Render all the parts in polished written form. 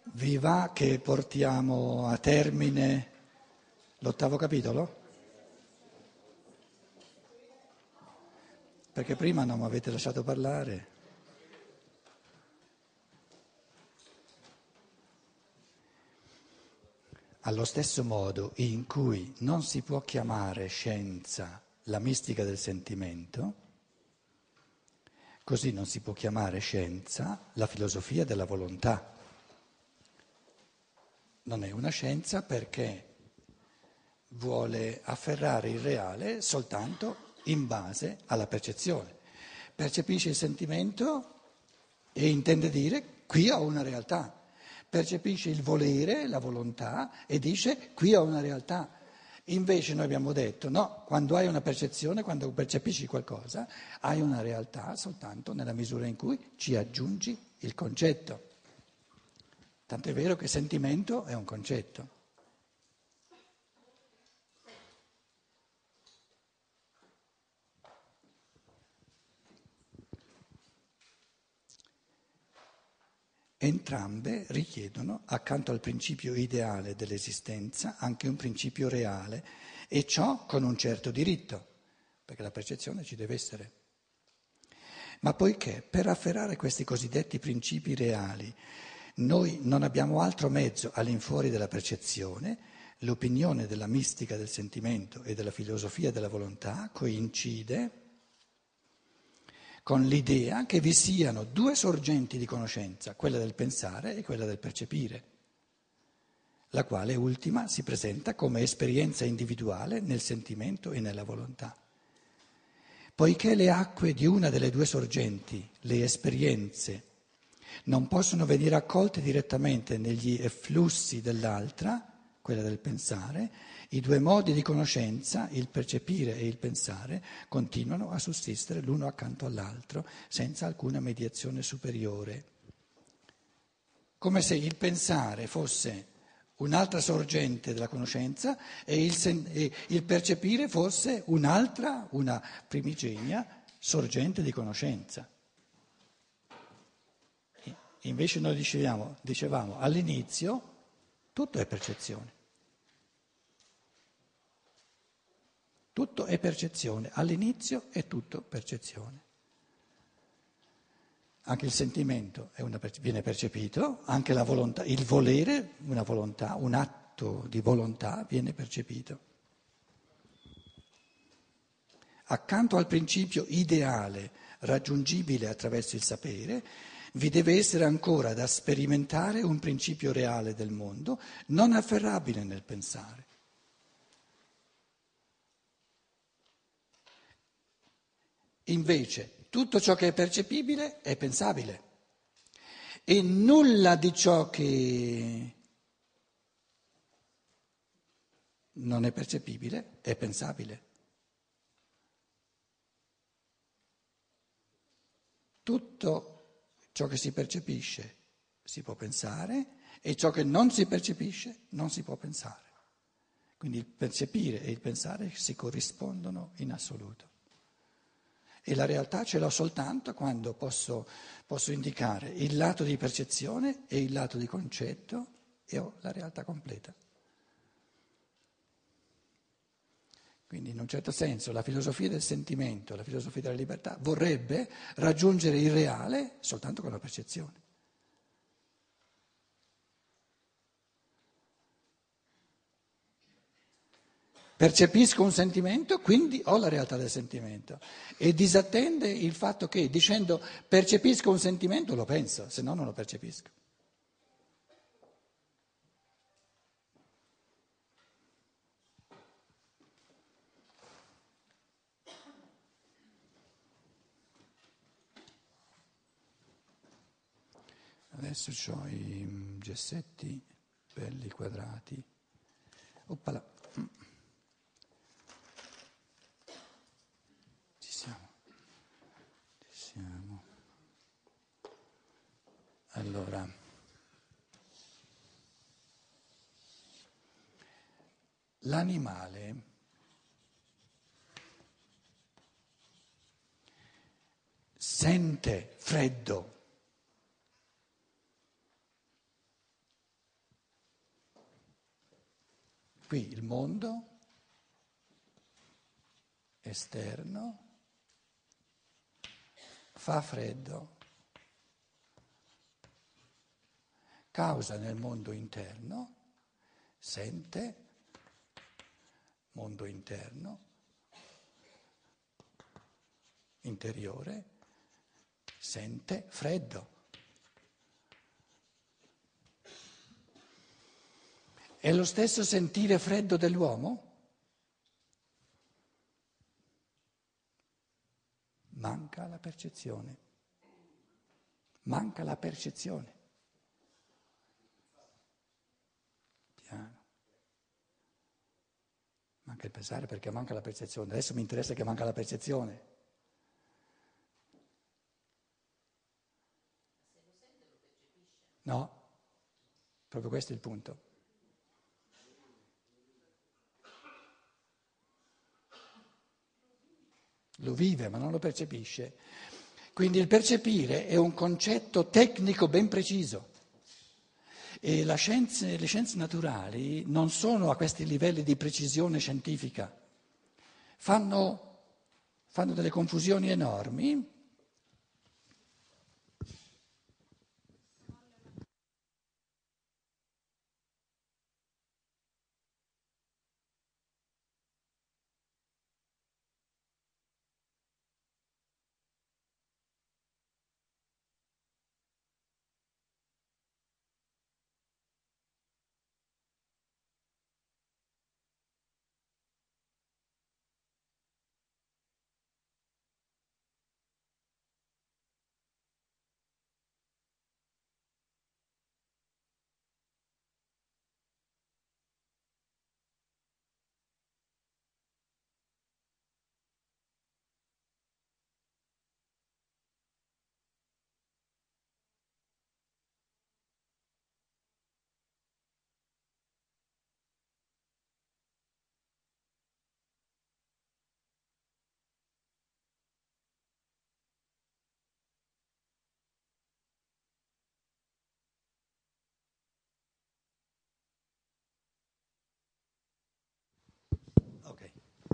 Vi va che portiamo a termine l'8° capitolo? Perché prima non mi avete lasciato parlare. Allo stesso modo in cui non si può chiamare scienza la mistica del sentimento, così non si può chiamare scienza la filosofia della volontà. Non è una scienza perché vuole afferrare il reale soltanto in base alla percezione. Percepisce il sentimento e intende dire qui ho una realtà. Percepisce il volere, la volontà e dice qui ho una realtà. Invece noi abbiamo detto no, quando hai una percezione, quando percepisci qualcosa, hai una realtà soltanto nella misura in cui ci aggiungi il concetto. Tant'è vero che sentimento è un concetto. Entrambe richiedono, accanto al principio ideale dell'esistenza, anche un principio reale, e ciò con un certo diritto, perché la percezione ci deve essere. Ma poiché per afferrare questi cosiddetti principi reali noi non abbiamo altro mezzo all'infuori della percezione, l'opinione della mistica del sentimento e della filosofia della volontà coincide con l'idea che vi siano due sorgenti di conoscenza, quella del pensare e quella del percepire, la quale ultima si presenta come esperienza individuale nel sentimento e nella volontà. Poiché le acque di una delle due sorgenti, le esperienze, non possono venire accolte direttamente negli efflussi dell'altra, quella del pensare, i due modi di conoscenza, il percepire e il pensare, continuano a sussistere l'uno accanto all'altro, senza alcuna mediazione superiore. Come se il pensare fosse un'altra sorgente della conoscenza e il percepire fosse un'altra, una primigenia sorgente di conoscenza. Invece noi dicevamo all'inizio tutto è percezione. Tutto è percezione, all'inizio è tutto percezione. Anche il sentimento viene percepito, anche la volontà, il volere, una volontà, un atto di volontà viene percepito. Accanto al principio ideale raggiungibile attraverso il sapere, vi deve essere ancora da sperimentare un principio reale del mondo non afferrabile nel pensare. Invece, tutto ciò che è percepibile è pensabile e nulla di ciò che non è percepibile è pensabile. Tutto ciò che si percepisce si può pensare e ciò che non si percepisce non si può pensare. Quindi il percepire e il pensare si corrispondono in assoluto. E la realtà ce l'ho soltanto quando posso indicare il lato di percezione e il lato di concetto e ho la realtà completa. Quindi in un certo senso la filosofia del sentimento, la filosofia della libertà vorrebbe raggiungere il reale soltanto con la percezione. Percepisco un sentimento, quindi ho la realtà del sentimento e disattende il fatto che dicendo percepisco un sentimento lo penso, se no non lo percepisco. Adesso ho i gessetti belli quadrati. Oppala. Ci siamo. Allora, l'animale sente freddo. Qui il mondo esterno fa freddo, causa nel mondo interno, sente, mondo interno, interiore, sente freddo. È lo stesso sentire freddo dell'uomo? Manca la percezione. Manca la percezione. Piano. Manca il pensare perché manca la percezione. Adesso mi interessa che manca la percezione. No, proprio questo è il punto. Lo vive ma non lo percepisce. Quindi il percepire è un concetto tecnico ben preciso e le scienze naturali non sono a questi livelli di precisione scientifica, fanno delle confusioni enormi. Ok.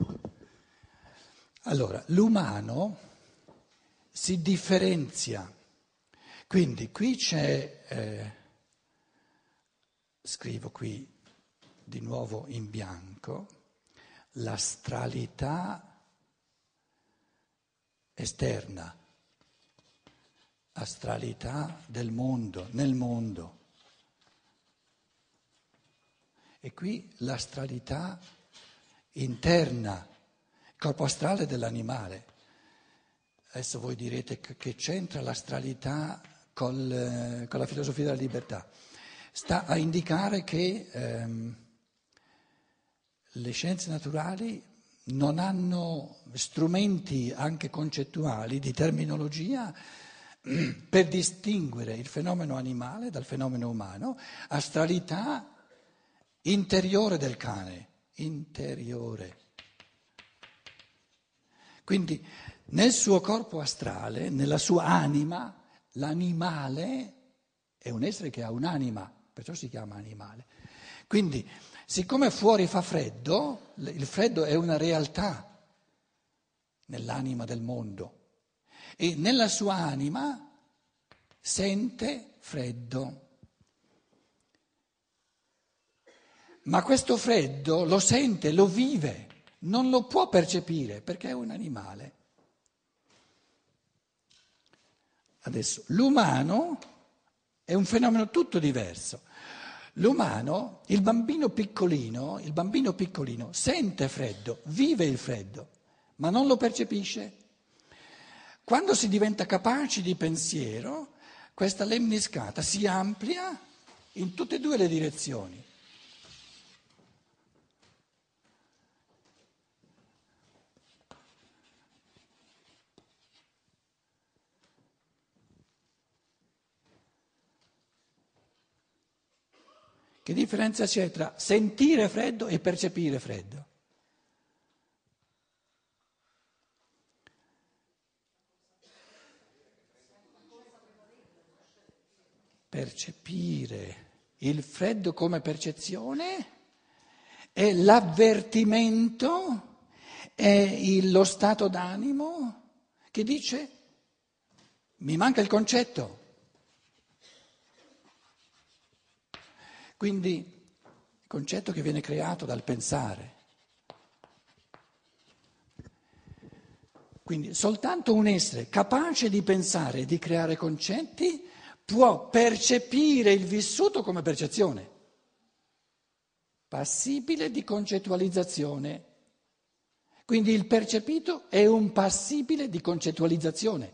Allora, l'umano si differenzia, quindi qui c'è, scrivo qui di nuovo in bianco, l'astralità esterna, astralità del mondo, nel mondo. E qui l'astralità interna, il corpo astrale dell'animale. Adesso voi direte che c'entra l'astralità con la filosofia della libertà. Sta a indicare che le scienze naturali non hanno strumenti anche concettuali di terminologia per distinguere il fenomeno animale dal fenomeno umano, astralità interiore del cane, interiore. Quindi nel suo corpo astrale, nella sua anima, l'animale è un essere che ha un'anima, perciò si chiama animale. Quindi, siccome fuori fa freddo, il freddo è una realtà nell'anima del mondo e nella sua anima sente freddo. Ma questo freddo lo sente, lo vive, non lo può percepire perché è un animale. Adesso, l'umano è un fenomeno tutto diverso. L'umano, il bambino piccolino sente freddo, vive il freddo, ma non lo percepisce. Quando si diventa capaci di pensiero, questa lemniscata si amplia in tutte e due le direzioni. Che differenza c'è tra sentire freddo e percepire freddo? Percepire il freddo come percezione è l'avvertimento, è lo stato d'animo che dice mi manca il concetto. Quindi il concetto che viene creato dal pensare. Quindi soltanto un essere capace di pensare e di creare concetti può percepire il vissuto come percezione, passibile di concettualizzazione. Quindi il percepito è un passibile di concettualizzazione,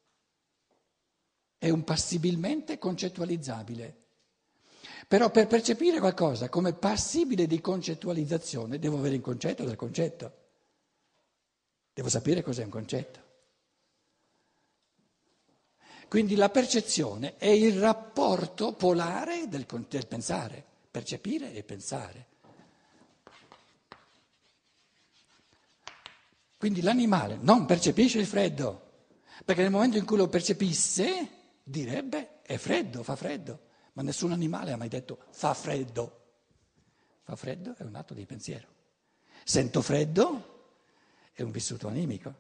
è un passibilmente concettualizzabile. Però per percepire qualcosa come passibile di concettualizzazione devo avere il concetto del concetto, devo sapere cos'è un concetto. Quindi la percezione è il rapporto polare del pensare, percepire e pensare. Quindi l'animale non percepisce il freddo, perché nel momento in cui lo percepisse direbbe è freddo, fa freddo, ma nessun animale ha mai detto fa freddo. Fa freddo è un atto di pensiero. Sento freddo è un vissuto animico.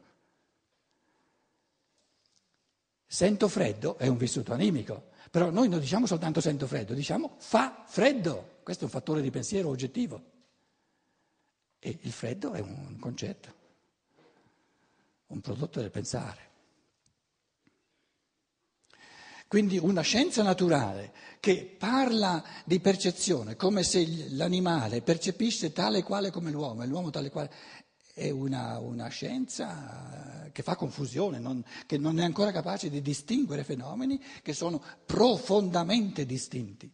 Sento freddo è un vissuto animico, però noi non diciamo soltanto sento freddo, diciamo fa freddo, questo è un fattore di pensiero oggettivo e il freddo è un concetto, un prodotto del pensare. Quindi una scienza naturale che parla di percezione come se l'animale percepisse tale e quale come l'uomo e l'uomo tale e quale, è una scienza che fa confusione, che non è ancora capace di distinguere fenomeni che sono profondamente distinti.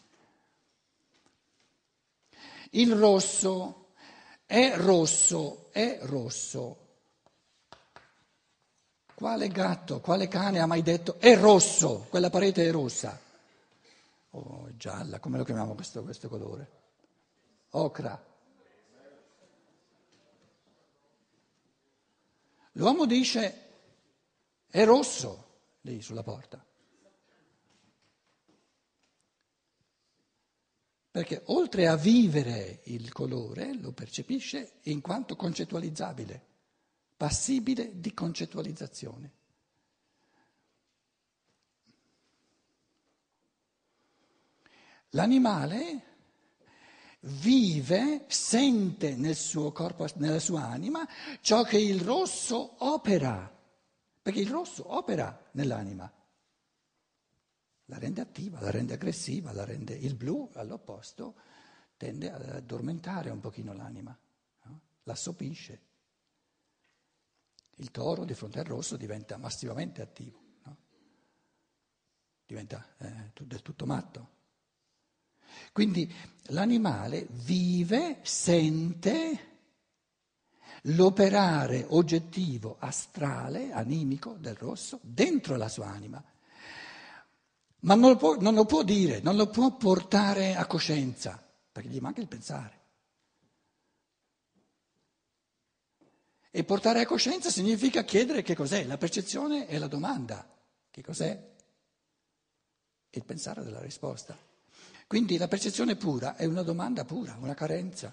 Il rosso è rosso, è rosso. Quale gatto, quale cane ha mai detto è rosso, quella parete è rossa? O gialla, come lo chiamiamo questo colore? Ocra. L'uomo dice è rosso lì sulla porta. Perché oltre a vivere il colore lo percepisce in quanto concettualizzabile, passibile di concettualizzazione. L'animale vive, sente nel suo corpo, nella sua anima, ciò che il rosso opera, perché il rosso opera nell'anima. La rende attiva, la rende aggressiva, il blu, all'opposto, tende ad addormentare un pochino l'anima, no? L'assopisce. Il toro di fronte al rosso diventa massivamente attivo, no? Diventa del tutto matto. Quindi l'animale vive, sente l'operare oggettivo, astrale, animico del rosso dentro la sua anima. Ma non lo può dire, non lo può portare a coscienza, perché gli manca il pensare. E portare a coscienza significa chiedere che cos'è, la percezione è la domanda, che cos'è? E il pensare della risposta. Quindi la percezione pura è una domanda pura, una carenza.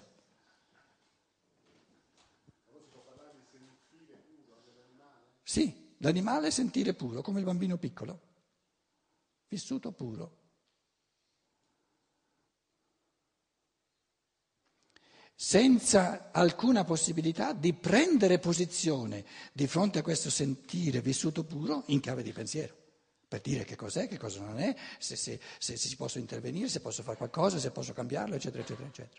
Sì, l'animale è sentire puro, come il bambino piccolo, vissuto puro. Senza alcuna possibilità di prendere posizione di fronte a questo sentire vissuto puro in chiave di pensiero, per dire che cos'è, che cosa non è, se si posso intervenire, se posso fare qualcosa, se posso cambiarlo, eccetera, eccetera, eccetera.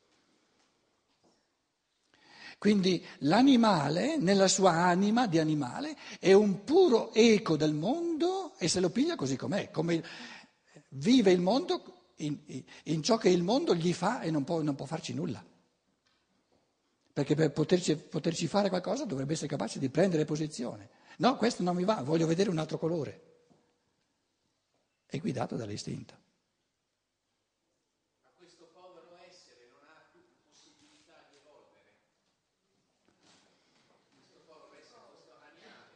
Quindi l'animale, nella sua anima di animale, è un puro eco del mondo e se lo piglia così com'è, vive il mondo in ciò che il mondo gli fa e non può farci nulla. Perché per poterci fare qualcosa dovrebbe essere capace di prendere posizione. No, questo non mi va, voglio vedere un altro colore. È guidato dall'istinto. Ma questo povero essere non ha più possibilità di evolvere. Questo povero essere, questo animale,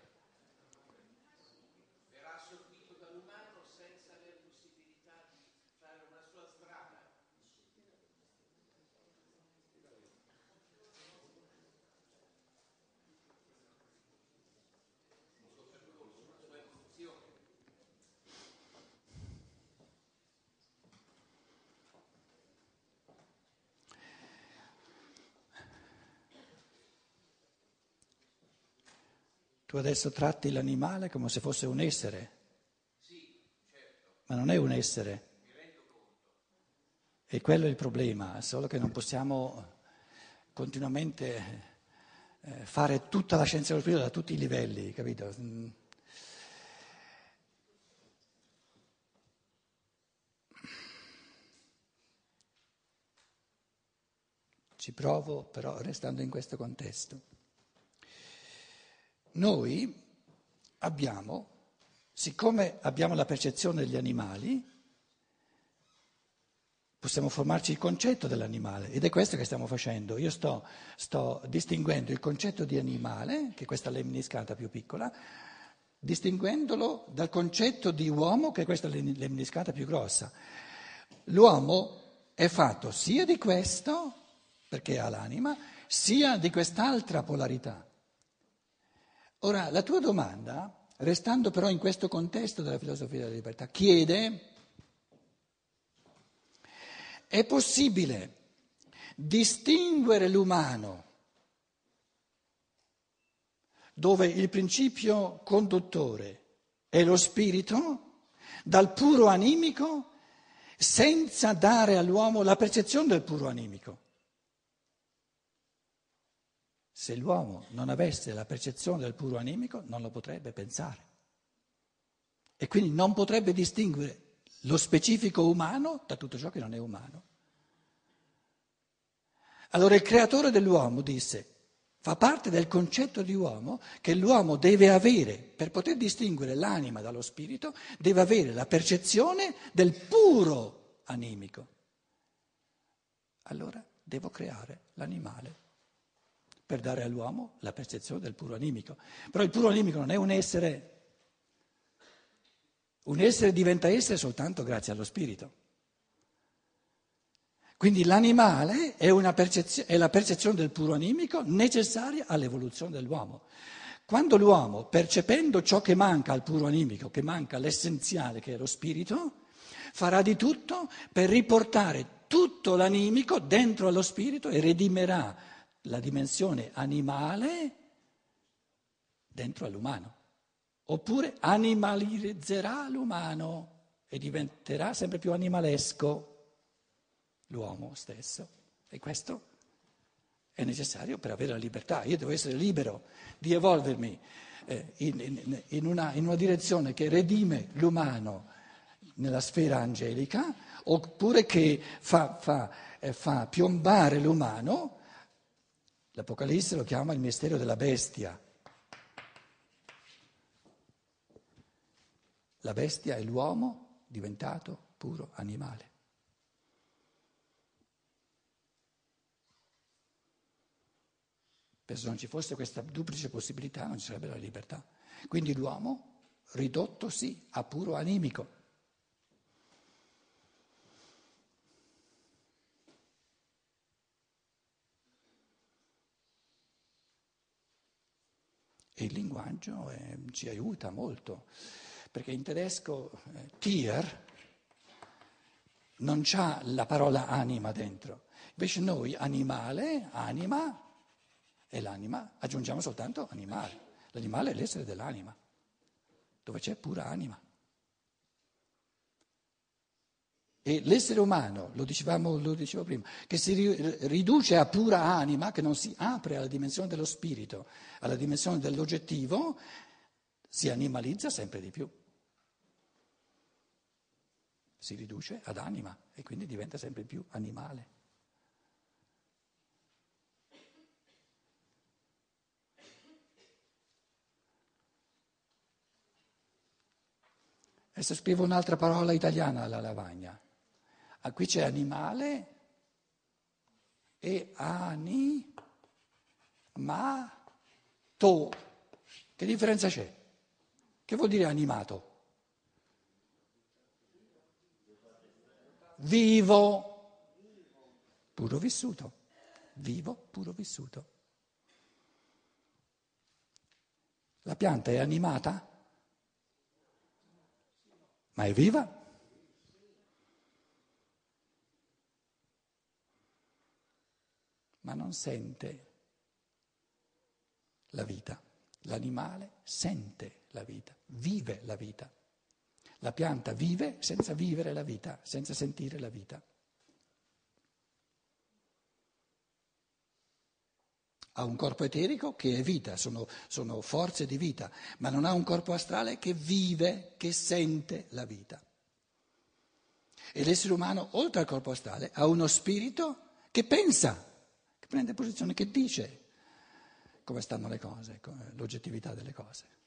verrà assorbito dall'umano senza avere possibilità di fare una sua strada. Tu adesso tratti l'animale come se fosse un essere, Sì, certo, ma non è un essere. mi rendo conto. E quello è il problema, solo che non possiamo continuamente fare tutta la scienza dello spirito da tutti i livelli, capito? Ci provo, però restando in questo contesto. Noi abbiamo, siccome abbiamo la percezione degli animali, possiamo formarci il concetto dell'animale ed è questo che stiamo facendo. Io sto distinguendo il concetto di animale, che è questa lemniscata più piccola, distinguendolo dal concetto di uomo, che è questa lemniscata più grossa. L'uomo è fatto sia di questo, perché ha l'anima, sia di quest'altra polarità. Ora, la tua domanda, restando però in questo contesto della filosofia della libertà, chiede: è possibile distinguere l'umano, dove il principio conduttore è lo spirito, dal puro animico, senza dare all'uomo la percezione del puro animico? Se l'uomo non avesse la percezione del puro animico, non lo potrebbe pensare. E quindi non potrebbe distinguere lo specifico umano da tutto ciò che non è umano. Allora il creatore dell'uomo disse, fa parte del concetto di uomo che l'uomo deve avere, per poter distinguere l'anima dallo spirito, deve avere la percezione del puro animico. Allora devo creare l'animale per dare all'uomo la percezione del puro animico. Però il puro animico non è un essere diventa essere soltanto grazie allo spirito. Quindi l'animale è la percezione del puro animico necessaria all'evoluzione dell'uomo. Quando l'uomo, percependo ciò che manca al puro animico, che manca l'essenziale che è lo spirito, farà di tutto per riportare tutto l'animico dentro allo spirito e redimerà la dimensione animale dentro all'umano. Oppure animalizzerà l'umano e diventerà sempre più animalesco l'uomo stesso. E questo è necessario per avere la libertà. Io devo essere libero di evolvermi in una direzione che redime l'umano nella sfera angelica, oppure che fa piombare l'umano. L'Apocalisse lo chiama il mistero della bestia. La bestia è l'uomo diventato puro animale. Se non ci fosse questa duplice possibilità non ci sarebbe la libertà. Quindi l'uomo ridottosi a puro animico. E il linguaggio ci aiuta molto, perché in tedesco Tier non c'ha la parola anima dentro, invece noi animale, anima e l'anima aggiungiamo soltanto animale. L'animale è l'essere dell'anima, dove c'è pura anima. E l'essere umano, lo dicevo prima, che si riduce a pura anima, che non si apre alla dimensione dello spirito, alla dimensione dell'oggettivo, si animalizza sempre di più. Si riduce ad anima e quindi diventa sempre più animale. Adesso scrivo un'altra parola italiana alla lavagna. Qui c'è animale e animato. Che differenza c'è? Che vuol dire animato? Vivo, puro vissuto. Vivo, puro vissuto. La pianta è animata? Ma è viva? Ma non sente la vita. L'animale sente la vita, vive la vita. La pianta vive senza vivere la vita, senza sentire la vita. Ha un corpo eterico che è vita, sono forze di vita, ma non ha un corpo astrale che vive, che sente la vita. E l'essere umano, oltre al corpo astrale, ha uno spirito che pensa, che prende posizione, che dice come stanno le cose, l'oggettività delle cose.